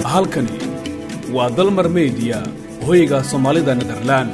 halkani waa Dalmar Media, hoyga Soomaalida Nederland.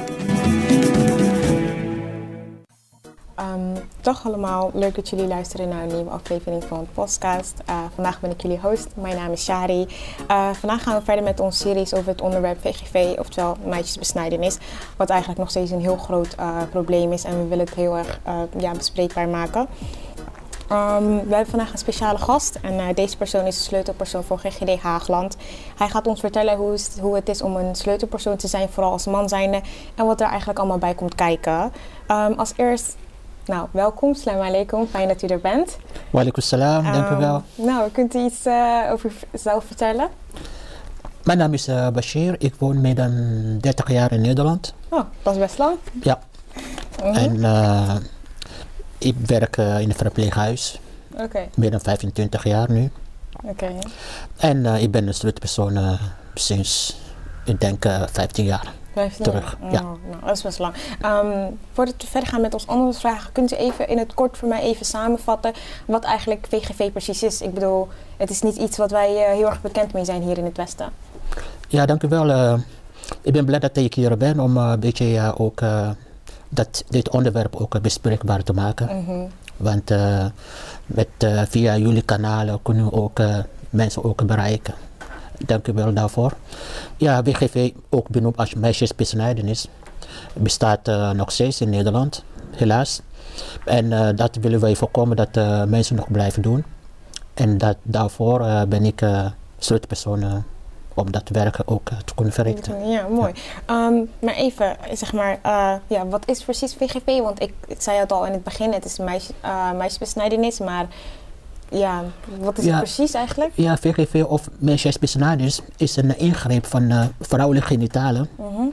Dag allemaal, leuk dat jullie luisteren naar een nieuwe aflevering van de podcast. Vandaag ben ik jullie host, mijn naam is Shari. Vandaag gaan we verder met onze series over het onderwerp VGV, oftewel meisjesbesnijdenis. Wat eigenlijk nog steeds een heel groot probleem is en we willen het heel erg bespreekbaar maken. We hebben vandaag een speciale gast en deze persoon is de sleutelpersoon voor GGD Haagland. Hij gaat ons vertellen hoe het is om een sleutelpersoon te zijn, vooral als man zijnde, en wat er eigenlijk allemaal bij komt kijken. Als eerst, welkom, salam alaikum, fijn dat u er bent. Wa alaikum salam, dank u wel. Kunt u iets over uzelf vertellen? Mijn naam is Bashir, ik woon meer dan 30 jaar in Nederland. Oh, dat is best lang. Ja, en ik werk in een verpleeghuis. Okay. Meer dan 25 jaar nu. Okay. En ik ben een sleutelpersoon sinds, ik denk, 15 jaar. 15 terug. Jaar? Ja. Dat is best lang. Voordat we verder gaan met ons andere vragen, kunt u even in het kort voor mij even samenvatten wat eigenlijk VGV precies is? Ik bedoel, het is niet iets wat wij heel erg bekend mee zijn hier in het Westen. Ja, dank u wel. Ik ben blij dat ik hier ben om een beetje ook dit onderwerp ook bespreekbaar te maken. Mm-hmm. Want via jullie kanalen kunnen we ook mensen ook bereiken. Dank u wel daarvoor. Ja, WGV, ook benoemd als meisjesbesnijdenis, bestaat nog steeds in Nederland, helaas. En dat willen wij voorkomen dat mensen nog blijven doen. En dat, daarvoor ben ik sleutelpersoon om dat werk ook te kunnen verrichten. Ja, mooi. Ja. Maar even, wat is precies VGV? Want ik zei het al in het begin, het is meisjesbesnijdenis, maar ja, wat is het precies eigenlijk? Ja, VGV of meisjesbesnijdenis is een ingreep van vrouwelijke genitalen, mm-hmm,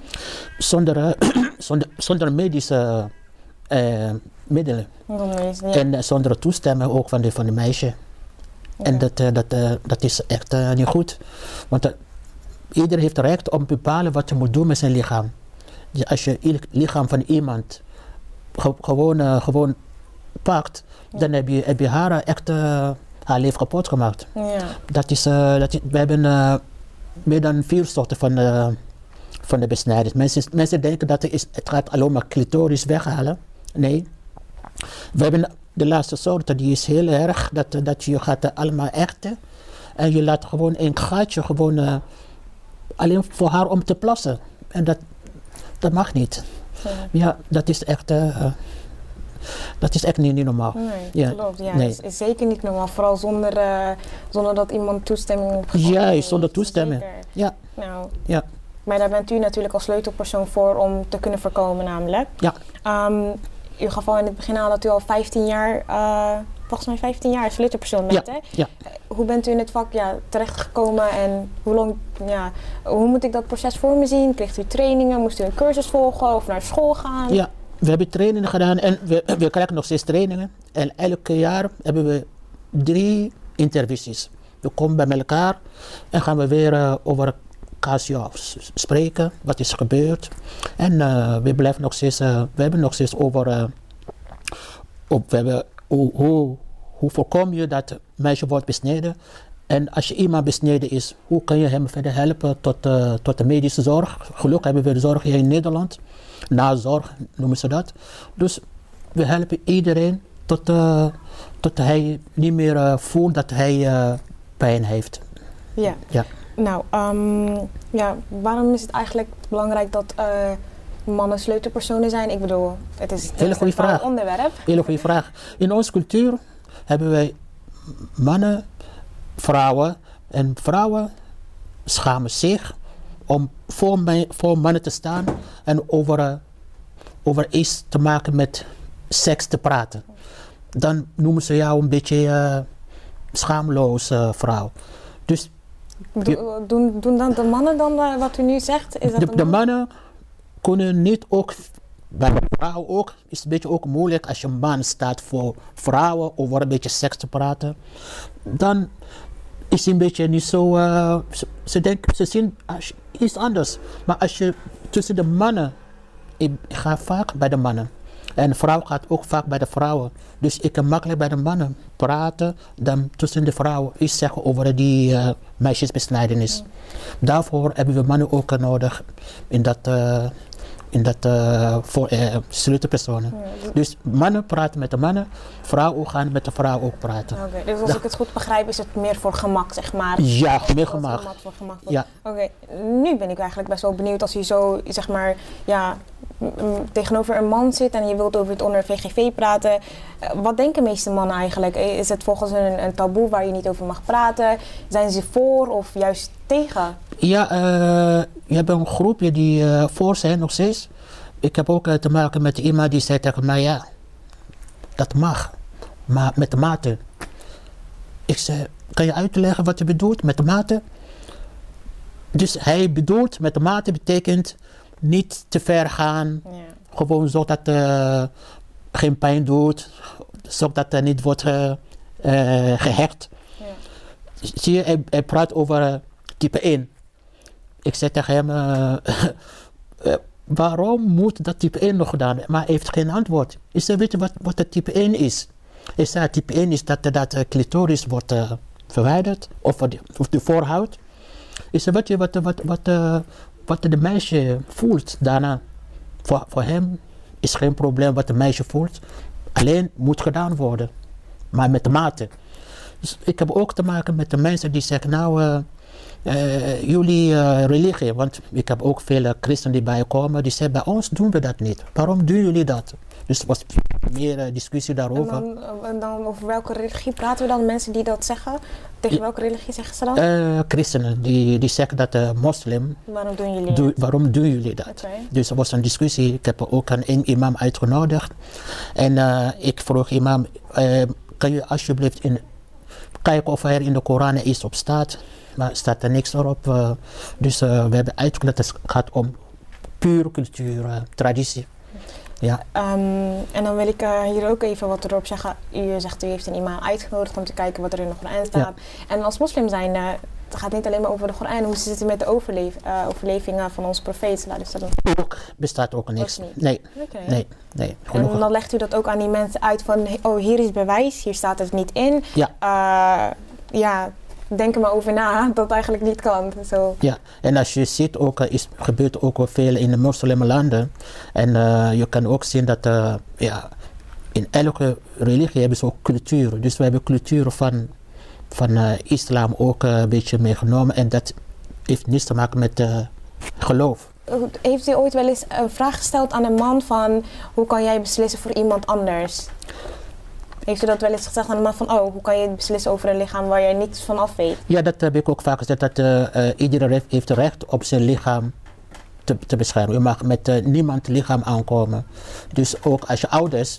zonder medische middelen. En zonder toestemming ook van de meisje. Okay. En dat is echt niet goed. Want iedereen heeft het recht om te bepalen wat je moet doen met zijn lichaam. Dus als je het lichaam van iemand gewoon pakt, dan heb je haar echt haar leven kapot gemaakt. Ja. We hebben meer dan 4 soorten van de besnijdenis. Mensen denken dat het gaat alleen maar clitoris weghalen. Nee. We hebben de laatste soort, die is heel erg, dat je gaat allemaal echten. En je laat gewoon een gaatje alleen voor haar om te plassen. En dat mag niet. Ja, dat is echt niet normaal. Nee, klopt. Ja, nee. Het is zeker niet normaal. Vooral zonder dat iemand toestemming heeft gegeven. Juist, zonder toestemming. Ja. Nou, ja. Maar daar bent u natuurlijk als sleutelpersoon voor om te kunnen voorkomen namelijk. Ja. U gaf al in het begin aan dat u al 15 jaar, volgens mij 15 jaar sleutelpersoon bent, hè? Ja. Hoe bent u in het vak terechtgekomen en hoe moet ik dat proces voor me zien? Kreeg u trainingen? Moest u een cursus volgen of naar school gaan? Ja, we hebben trainingen gedaan en we krijgen nog steeds trainingen. En elke jaar hebben we 3 interviews. We komen bij elkaar en gaan we weer over casus spreken, wat is gebeurd. En we blijven nog steeds, we hebben nog steeds over hoe voorkom je dat een meisje wordt besneden. En als je iemand besneden is, hoe kan je hem verder helpen tot de medische zorg. Gelukkig hebben we de zorg hier in Nederland. Nazorg noemen ze dat. Dus we helpen iedereen tot hij niet meer voelt dat hij pijn heeft. Ja. Ja. Nou, waarom is het eigenlijk belangrijk dat mannen sleutelpersonen zijn? Ik bedoel, het is een bepaald onderwerp. Hele goede vraag. In onze cultuur hebben wij mannen, vrouwen. En vrouwen schamen zich om voor mannen te staan en over iets te maken met seks te praten. Dan noemen ze jou een beetje schaamloze vrouw. Dus doen dan de mannen dan wat u nu zegt? Is dat de mannen kunnen niet ook, bij vrouwen ook, is het een beetje ook moeilijk als je een man staat voor vrouwen over een beetje seks te praten. Dan is het een beetje niet zo, ze zien iets anders. Maar als je tussen de mannen, ik ga vaak bij de mannen. En de vrouw gaat ook vaak bij de vrouwen. Dus ik kan makkelijk bij de mannen praten dan tussen de vrouwen iets zeggen over die meisjesbesnijdenis. Daarvoor hebben we mannen ook nodig in dat voor sleutelpersonen. Dus mannen praten met de mannen, vrouwen gaan met de vrouwen ook praten. Dus als ik het goed begrijp is het meer voor gemak, zeg maar? Ja, meer gemak. Ja. Nu ben ik eigenlijk best wel benieuwd als je zo, zeg maar, tegenover een man zit en je wilt over het onderwerp VGV praten. Wat denken de meeste mannen eigenlijk? Is het volgens een taboe waar je niet over mag praten? Zijn ze voor of juist tegen? Ja, je hebt een groepje die voor zijn nog steeds. Ik heb ook te maken met iemand die zei tegen mij, ja, dat mag, maar met de mate. Ik zei, kan je uitleggen wat je bedoelt met de mate? Dus hij bedoelt met de mate betekent niet te ver gaan, gewoon zodat het geen pijn doet, zodat het niet wordt gehecht. Ja. Zie je, hij praat over type 1. Ik zei tegen hem, waarom moet dat type 1 nog gedaan? Maar hij heeft geen antwoord. Ik zei, weet je wat het type 1 is? Ik zei, type 1 is dat de clitoris wordt verwijderd, of de voorhuid. Ik zei, weet je wat de meisje voelt daarna? Voor hem is geen probleem wat de meisje voelt. Alleen moet gedaan worden. Maar met de mate. Dus ik heb ook te maken met de mensen die zeggen, nou, jullie religie, want ik heb ook veel christenen die bij komen, die zeggen, bij ons doen we dat niet. Waarom doen jullie dat? Dus er was meer discussie daarover. En dan over welke religie praten we dan? Mensen die dat zeggen? Tegen welke religie zeggen ze dan? Christenen, die zeggen dat moslim. Waarom doen jullie dat? Waarom doen jullie dat? Okay. Dus er was een discussie. Ik heb ook een imam uitgenodigd. En ik vroeg imam, kan je alsjeblieft kijken of er in de Koran iets op staat? Maar staat er niks op. Dus we hebben uitgelegd dat het gaat om pure cultuur, traditie. Ja. En dan wil ik hier ook even wat erop zeggen. U zegt u heeft een imam uitgenodigd om te kijken wat er in de Koran staat. Ja. En als moslim zijn, het gaat niet alleen maar over de Koran. Hoe zit het met de overlevingen van onze profeet? Ook bestaat ook niks. Nee. Okay. Nee. En dan legt u dat ook aan die mensen uit van, oh, hier is bewijs, hier staat het niet in. Ja. Denk er maar over na dat het eigenlijk niet kan. Zo. Ja, en als je ziet, gebeurt ook veel in de moslimlanden. En je kan ook zien dat in elke religie hebben ze ook cultuur. Dus we hebben cultuur van islam ook een beetje meegenomen. En dat heeft niets te maken met geloof. Heeft u ooit wel eens een vraag gesteld aan een man van, hoe kan jij beslissen voor iemand anders? Heeft u dat wel eens gezegd aan de man van, hoe kan je beslissen over een lichaam waar je niets van af weet? Ja, dat heb ik ook vaak gezegd, dat iedereen heeft recht op zijn lichaam te beschermen. Je mag met niemand lichaam aankomen. Dus ook als je ouders,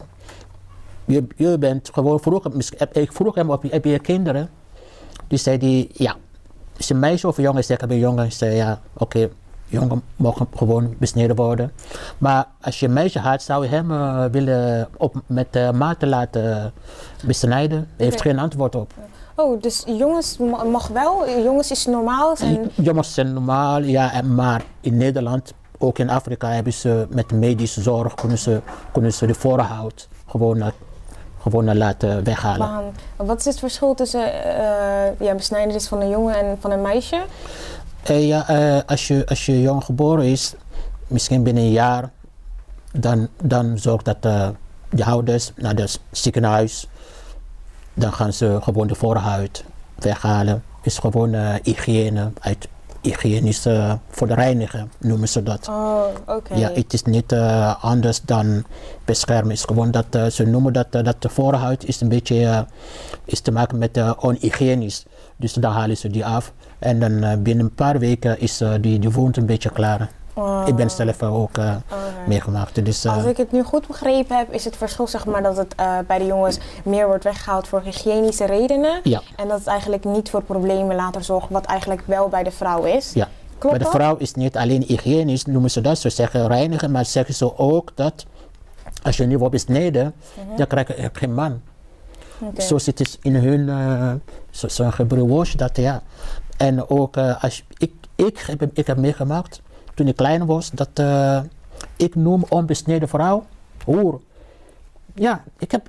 je bent gewoon ik vroeg hem, heb je kinderen? Die zei die, ja. Is een meisje of een jongen? Ik zeg, ik heb een jongen. Ik zei, ja, oké. Jongen mogen gewoon besneden worden. Maar als je een meisje had, zou je hem willen met maten laten besnijden. Hij heeft geen antwoord op. Oh, dus jongens mag wel? Jongens is normaal? Jongens zijn normaal, ja. Maar in Nederland, ook in Afrika, hebben ze met medische zorg kunnen ze de voorhoud gewoon laten weghalen. Wat is het verschil tussen besnijdenis van een jongen en van een meisje? Als je jong geboren is, misschien binnen een jaar, dan zorgt dat de ouders naar het ziekenhuis, dan gaan ze gewoon de voorhuid weghalen. Is gewoon hygiëne, hygiënisch voor de reinigen noemen ze dat. Oh, oké. Ja, het is niet anders dan beschermen. Het is gewoon dat ze noemen dat de voorhuid is een beetje is te maken met onhygiënisch. Dus dan halen ze die af. En dan binnen een paar weken is die wond een beetje klaar. Ik ben zelf ook meegemaakt. Dus, als ik het nu goed begrepen heb, is het verschil zeg maar dat het bij de jongens meer wordt weggehaald voor hygiënische redenen. Ja. En dat het eigenlijk niet voor problemen later zorgt, wat eigenlijk wel bij de vrouw is. Ja. Klopt bij de vrouw is niet alleen hygiënisch, noemen ze dat. Ze zeggen reinigen, maar zeggen ze ook dat als je nu wordt besneden, dan krijg je geen man. Okay. Zo zit het in hun zo'n Hebreeuws woord dat ja. En ook als ik heb meegemaakt toen ik klein was dat ik noem onbesneden vrouw hoer. Ja,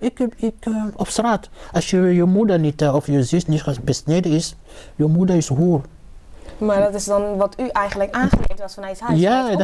op straat. Als je moeder niet of je zus niet besneden is, je moeder is hoer. Maar dat is dan wat u eigenlijk aangeleerd was vanuit huis?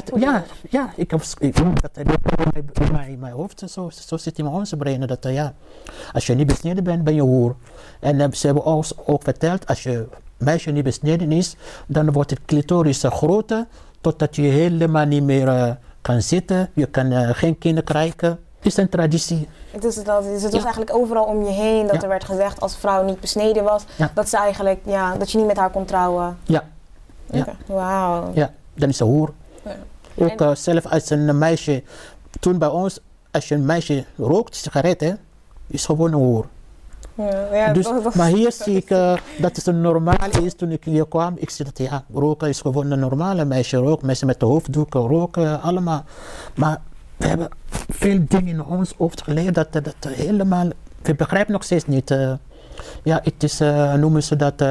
Ik heb dat in mijn hoofd, zo zit in mijn onze brein, dat als je niet besneden bent, ben je hoer. En ze hebben ons ook verteld, als je meisje niet besneden is, dan wordt het clitoris groter, totdat je helemaal niet meer kan zitten, je kan geen kinderen krijgen. Het is een traditie. Dus het was eigenlijk overal om je heen dat er werd gezegd als vrouw niet besneden was, dat ze eigenlijk, dat je niet met haar kon trouwen. Ja. Okay. Wauw. Ja, dan is ze hoer. Ja. Ook zelf als een meisje, toen bij ons, als je een meisje rookt, sigaretten, is gewoon een hoer. Ja, dus, maar hier zie ik dat het een normaal is. Toen ik hier kwam, ik zie dat roken is gewoon een normale meisje roken. Mensen met de hoofddoeken roken, allemaal. Maar we hebben veel dingen in ons hoofd geleerd dat helemaal, we begrijpen nog steeds niet. Het is, noemen ze dat,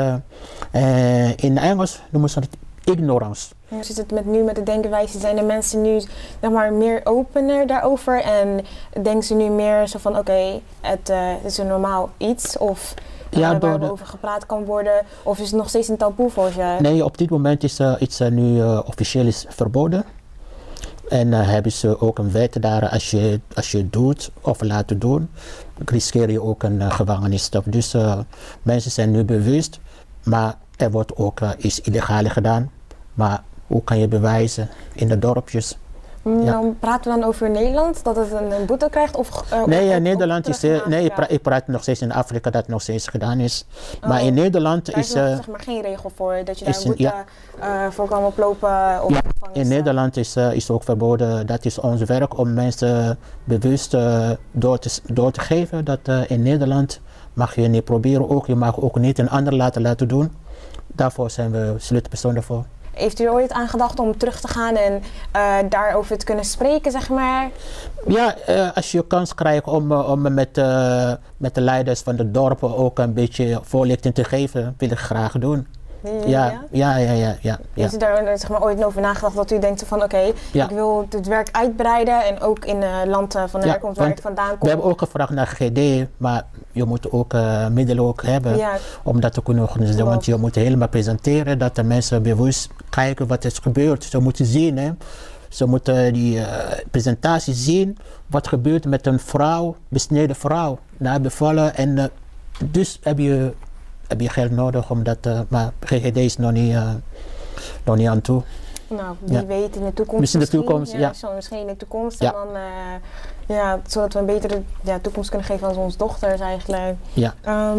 in Engels noemen ze dat ignorance. Hoe zit het met de denkenwijze? Zijn de mensen nu zeg maar meer opener daarover en denken ze nu meer zo van oké, het is een normaal iets of waar er over gepraat kan worden, of is het nog steeds een taboe voor ze? Nee, op dit moment is iets nu officieel is verboden. En hebben ze ook een wet daar, als je het doet of laat doen, riskeer je ook een gevangenisstraf. Dus mensen zijn nu bewust, maar er wordt ook iets illegaal gedaan. Maar hoe kan je bewijzen in de dorpjes? Dan praten we dan over Nederland, dat het een boete krijgt? Nederland is... ik praat nog steeds in Afrika dat het nog steeds gedaan is. Maar in Nederland daar is... er zeg maar geen regel voor, dat je daar een boete voor kan oplopen? Of in Nederland is ook verboden, dat is ons werk om mensen bewust door te geven dat in Nederland mag je niet proberen, je mag ook niet een ander laten doen. Daarvoor zijn we sleutelpersonen voor. Heeft u er ooit aan gedacht om terug te gaan en daarover te kunnen spreken, zeg maar? Ja, als je kans krijgt om met de leiders van de dorpen ook een beetje voorlichting te geven, wil ik graag doen. Ja. Heeft u daar zeg maar, ooit over nagedacht dat u denkt van oké, ik wil het werk uitbreiden en ook in land van de herkomst waar ik vandaan kom? We hebben ook gevraagd naar GD, maar je moet ook middelen ook hebben om dat te kunnen organiseren. Want je moet helemaal presenteren dat de mensen bewust kijken wat er gebeurt. Ze moeten zien, hè. Ze moeten die presentatie zien wat gebeurt met een vrouw, besneden vrouw, na bevallen. En dus heb je geld nodig, maar GGD is nog niet aan toe. Nou, wie weet in de toekomst. Misschien in de toekomst, Misschien in de toekomst. En dan, zodat we een betere toekomst kunnen geven aan onze dochters eigenlijk. Ja.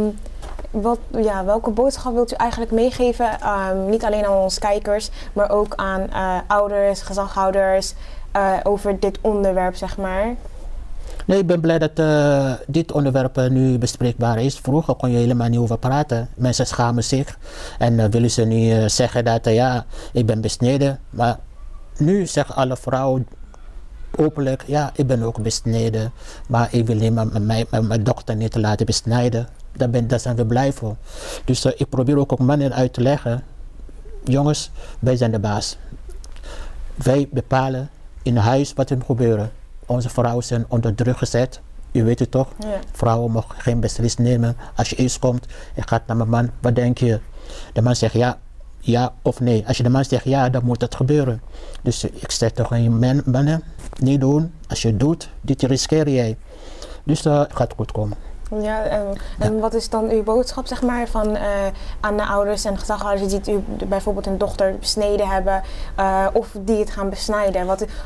Welke boodschap wilt u eigenlijk meegeven, niet alleen aan onze kijkers, maar ook aan ouders, gezaghouders, over dit onderwerp, zeg maar? Nee, ik ben blij dat dit onderwerp nu bespreekbaar is. Vroeger kon je helemaal niet over praten. Mensen schamen zich en willen ze niet zeggen dat ik ben besneden. Maar nu zeggen alle vrouwen openlijk, ik ben ook besneden. Maar ik wil niet mijn dochter niet laten besnijden. Daar zijn we blij voor. Dus ik probeer ook mannen uit te leggen. Jongens, wij zijn de baas. Wij bepalen in huis wat er moet gebeuren. Onze vrouwen zijn onder druk gezet. U weet het toch? Ja. Vrouwen mogen geen beslissing nemen. Als je eerst komt en gaat naar mijn man, wat denk je? De man zegt ja of nee. Als je de man zegt ja, dan moet dat gebeuren. Dus ik zeg tegen mannen, niet doen. Als je het doet, dit riskeer jij. Dus dat gaat goed komen. Ja, en wat is dan uw boodschap, zeg maar, aan de ouders en gezaghouders die u bijvoorbeeld een dochter besneden hebben of die het gaan besnijden?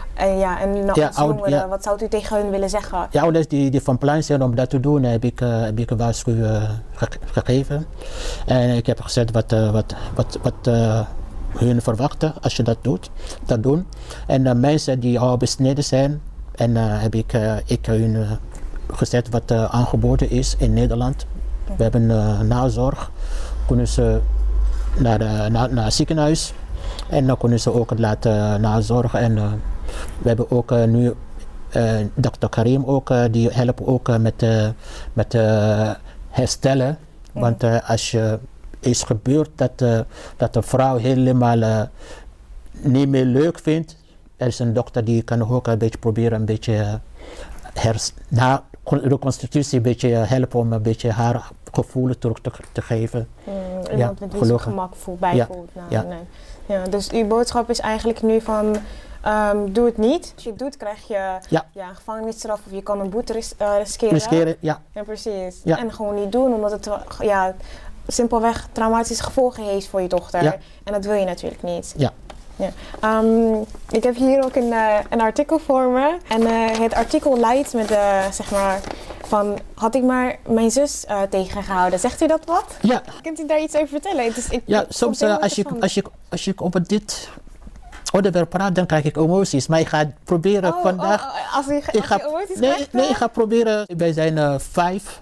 Wat zou u tegen hun willen zeggen? Ja, ouders die van plan zijn om dat te doen, heb ik een waarschuwing gegeven. En ik heb gezegd wat hun verwachten als je dat doen. En mensen die al besneden zijn, en heb ik hun gezegd wat aangeboden is in Nederland. We hebben nazorg. Kunnen ze naar het ziekenhuis en dan kunnen ze ook laten nazorgen. En we hebben ook nu Dr. Karim ook, die helpt ook met herstellen. Want als je is gebeurd dat een vrouw helemaal niet meer leuk vindt, er is een dokter die kan ook een beetje proberen reconstitutie een beetje helpen om een beetje haar gevoelens terug te geven. Iemand met wie ze gemak bijvoelt. Ja, dus uw boodschap is eigenlijk nu van doe het niet. Als je het doet krijg je een gevangenisstraf of je kan een boete riskeren. Ja. Ja, precies. Ja. En gewoon niet doen omdat het simpelweg traumatische gevolgen heeft voor je dochter. Ja. En dat wil je natuurlijk niet. Ja. Ja. Ik heb hier ook een artikel voor me. En het artikel luidt met zeg maar van had ik maar mijn zus tegengehouden. Zegt u dat wat? Ja. Kunt u daar iets over vertellen? Dus soms als je over dit onderwerp praat, dan krijg ik emoties. Maar ik ga proberen vandaag. Ik ga proberen. Wij zijn 5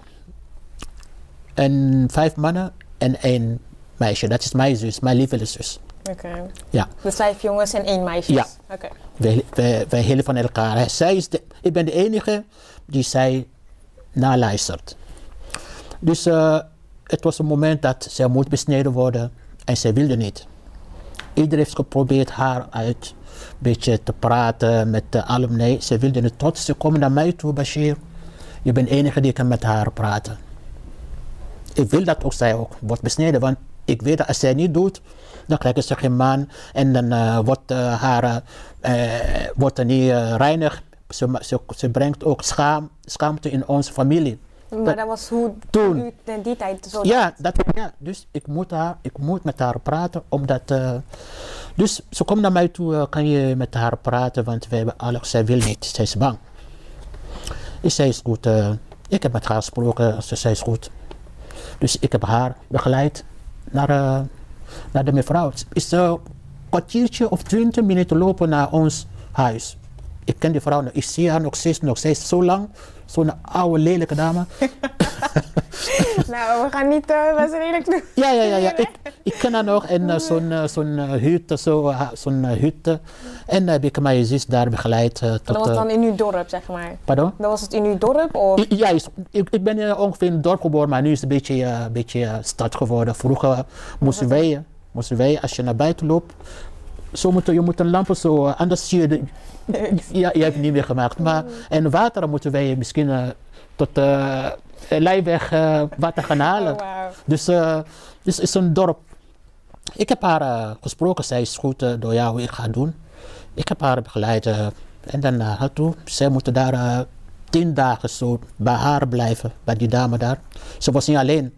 mannen en 1 meisje. Dat is mijn zus, mijn lieve zus. Oké. Ja. Dus 5 jongens en 1 meisje. Ja. Oké. Wij hielden van elkaar. Ik ben de enige die zij naluistert. Dus het was een moment dat zij moest besneden worden en zij wilde niet. Iedereen heeft geprobeerd haar uit een beetje te praten met allemaal. Nee, ze wilde het tot. Ze komen naar mij toe, Bashir. Je bent de enige die kan met haar praten. Ik wil dat ook zij ook wordt besneden, want ik weet dat als zij niet doet, dan krijgen ze geen man en dan wordt haar wordt er niet reinig. Ze brengt ook schaamte in onze familie. Maar dat was hoe u in die tijd zo dus ik moet met haar praten, omdat dus ze komt naar mij toe, kan je met haar praten, want we hebben alles, zij wil niet, zij is bang. Ik zei is goed, ik heb met haar gesproken, ze zei is goed. Dus ik heb haar begeleid naar de mevrouw. Het is een kwartiertje of 20 minuten lopen naar ons huis. Ik ken die vrouw nog, ik zie haar nog steeds zo lang. Zo'n oude lelijke dame. Nou, we gaan niet best lelijk doen. Ja. Ik ken haar nog en zo'n hut. En heb ik mijn zus daar begeleid. Dat was dan in uw dorp, zeg maar? Pardon? Dat was het in uw dorp? Of? Ja, ik ben ongeveer in het dorp geboren, maar nu is het een beetje stad geworden. Vroeger moesten wij, als je naar buiten loopt, je moet een lampen zo, anders zie je je hebt het niet meer gemaakt. Maar, en water moeten wij misschien tot Leijweg water gaan halen. Oh, wow. Dus het is een dorp. Ik heb haar gesproken, zij is goed door jou, ik ga doen. Ik heb haar begeleid en dan naartoe. Zij moeten daar 10 dagen zo bij haar blijven, bij die dame daar. Ze was niet alleen.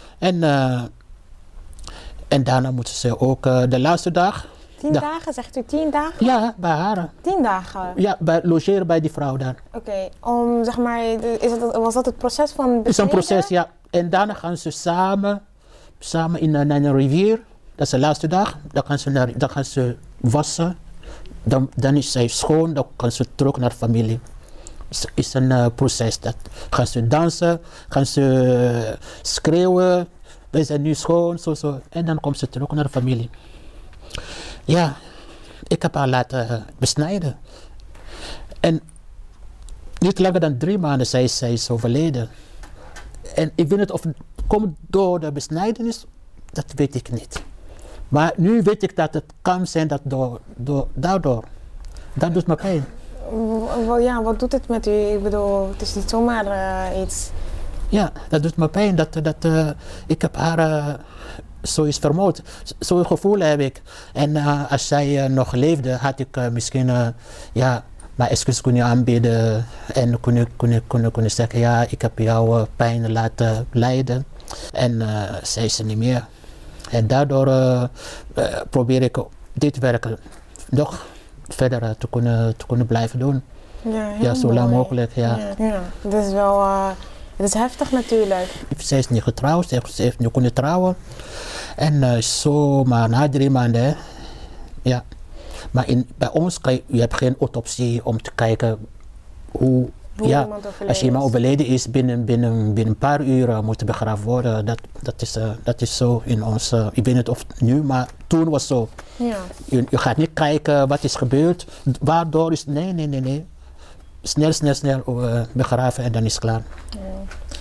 En daarna moeten ze ook de laatste dag. 10 dagen, zegt u 10 dagen? Ja, bij haar. 10 dagen? Ja, logeren bij die vrouw daar. Oké, zeg maar, was dat het proces van besneden? Het is een proces, ja. En daarna gaan ze samen naar een rivier. Dat is de laatste dag. Dan gaan ze wassen. Dan is zij schoon, dan gaan ze terug naar de familie. Het is een proces. Dat gaan ze dansen, gaan ze schreeuwen. Wij zijn nu schoon, zo. En dan komt ze terug naar de familie. Ja, ik heb haar laten besnijden. En niet langer dan 3 maanden zij is overleden. En ik weet niet of het komt door de besnijdenis, dat weet ik niet. Maar nu weet ik dat het kan zijn dat daardoor. Dat doet me pijn. Ja, wat doet het met u? Ik bedoel, het is niet zomaar iets. Ja, dat doet me pijn. Ik heb haar zoiets vermoord. Zo'n gevoel heb ik. En als zij nog leefde, had ik misschien mijn excuus kunnen aanbieden. En kunnen zeggen, ja, ik heb jou pijn laten lijden. En zij is er niet meer. En daardoor probeer ik dit werk nog verder te kunnen blijven doen. Ja, zo lang mogelijk. Ja. Het is wel het is heftig natuurlijk. Zij is niet getrouwd, ze heeft niet kunnen trouwen. En zo maar na 3 maanden. Ja. Maar bij ons je hebt geen autopsie om te kijken hoe als iemand overleden is, binnen een paar uur moet begraven worden. Dat is zo in ons. Ik weet niet of het nu, maar toen was het zo. Ja. Je gaat niet kijken wat is gebeurd, waardoor is. Nee. Snel begraven en dan is het klaar. Ja.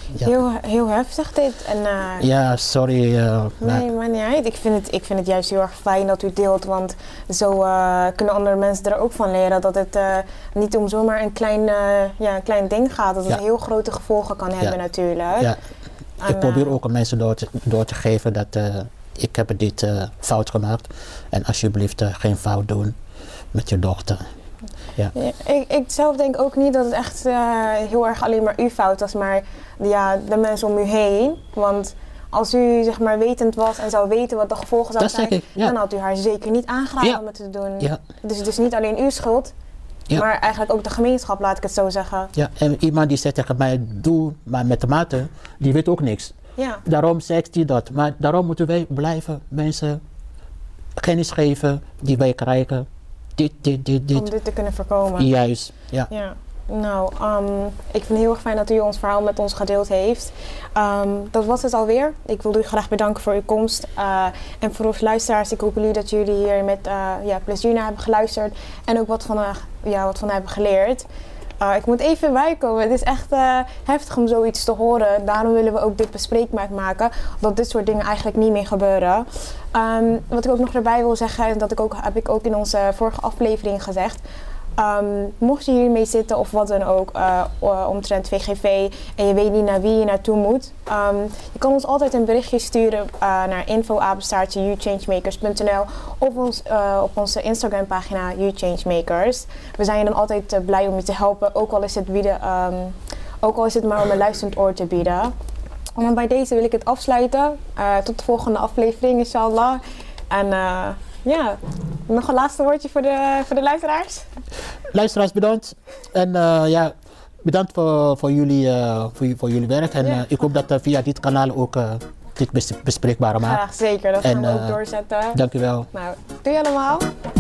Heel heftig dit. En, ja, sorry. Nee, maar niet uit. Ik vind het juist heel erg fijn dat u deelt, want zo kunnen andere mensen er ook van leren dat het niet om zomaar een klein ding gaat, dat het heel grote gevolgen kan hebben natuurlijk. Ja. Ik probeer ook aan mensen door te geven dat ik heb dit fout gemaakt en alsjeblieft geen fout doen met je dochter. Ja. Ik zelf denk ook niet dat het echt heel erg alleen maar uw fout was, maar de mensen om u heen. Want als u zeg maar wetend was en zou weten wat de gevolgen zouden zijn, dan had u haar zeker niet aangeraden om het te doen. Ja. Dus het is niet alleen uw schuld, maar eigenlijk ook de gemeenschap, laat ik het zo zeggen. Ja, en iemand die zegt tegen mij, doe maar met de maten, die weet ook niks. Ja. Daarom zegt hij dat. Maar daarom moeten wij blijven mensen kennis geven die wij krijgen. Dit. Om dit te kunnen voorkomen. Juist, ja. Nou, ik vind het heel erg fijn dat u ons verhaal met ons gedeeld heeft. Dat was het alweer. Ik wil u graag bedanken voor uw komst. En voor onze luisteraars, ik hoop dat jullie hier met plezier naar hebben geluisterd. En ook wat van hebben geleerd. Ik moet even bijkomen. Het is echt heftig om zoiets te horen. Daarom willen we ook dit bespreekbaar maken. Dat dit soort dingen eigenlijk niet meer gebeuren. Wat ik ook nog erbij wil zeggen, en dat heb ik ook in onze vorige aflevering gezegd. Mocht je hiermee zitten of wat dan ook omtrent VGV en je weet niet naar wie je naartoe moet, je kan ons altijd een berichtje sturen naar info@youchangemakers.nl of op onze Instagram pagina YouChangemakers. We zijn dan altijd blij om je te helpen, ook al is het maar om een luisterend oor te bieden. En bij deze wil ik het afsluiten. Tot de volgende aflevering, inshallah. En nog een laatste woordje voor de luisteraars? Luisteraars, bedankt. En bedankt voor jullie werk. En ik hoop dat via dit kanaal ook dit bespreekbaar maakt. Graag, zeker. Dat gaan we ook doorzetten. Dank u wel. Nou, doei allemaal.